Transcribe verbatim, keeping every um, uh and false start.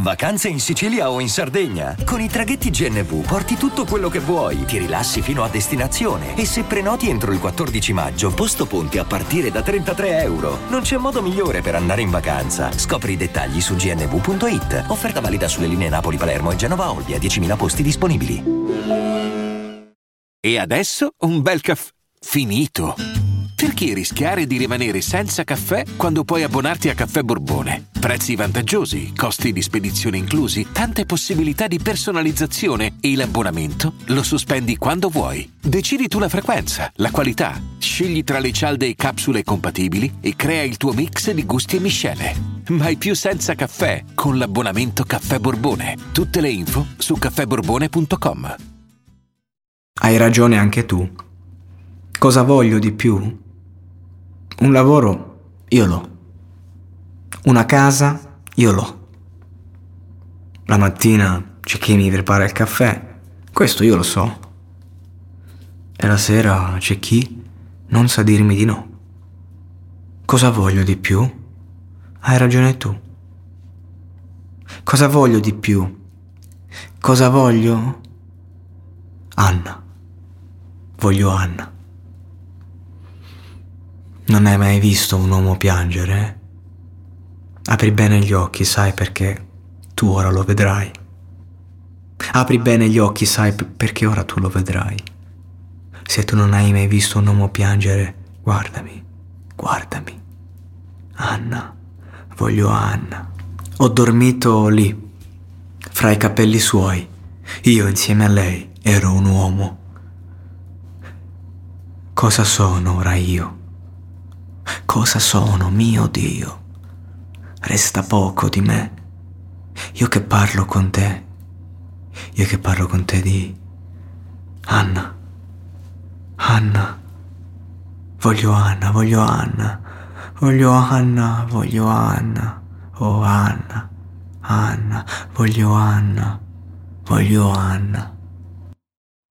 Vacanze in Sicilia o in Sardegna? Con i traghetti G N V porti tutto quello che vuoi, ti rilassi fino a destinazione e se prenoti entro il quattordici maggio, posto ponti a partire da trentatré euro. Non c'è modo migliore per andare in vacanza. Scopri i dettagli su g n v punto i t. Offerta valida sulle linee Napoli-Palermo e Genova-Olbia, diecimila posti disponibili. E adesso un bel caffè finito. Perché rischiare di rimanere senza caffè quando puoi abbonarti a Caffè Borbone? Prezzi vantaggiosi, costi di spedizione inclusi, tante possibilità di personalizzazione e l'abbonamento lo sospendi quando vuoi. Decidi tu la frequenza, la qualità, scegli tra le cialde e capsule compatibili e crea il tuo mix di gusti e miscele. Mai più senza caffè con l'abbonamento Caffè Borbone. Tutte le info su caffè borbone punto com. Hai ragione anche tu. Cosa voglio di più? Un lavoro, io l'ho. Una casa, io l'ho. La mattina c'è chi mi prepara il caffè, questo io lo so. E la sera c'è chi non sa dirmi di no. Cosa voglio di più? Hai ragione tu. Cosa voglio di più? Cosa voglio? Anna. Voglio Anna. Non hai mai visto un uomo piangere? Apri bene gli occhi, sai, perché tu ora lo vedrai. Apri bene gli occhi, sai, perché ora tu lo vedrai. Se tu non hai mai visto un uomo piangere, guardami, guardami. Anna, voglio Anna. Ho dormito lì, fra i capelli suoi. Io insieme a lei ero un uomo. Cosa sono ora io? Cosa sono, mio Dio? Resta poco di me. Io che parlo con te. Io che parlo con te di Anna. Anna. Voglio Anna, voglio Anna. Voglio Anna, voglio Anna. Oh Anna. Anna, voglio Anna. Voglio Anna.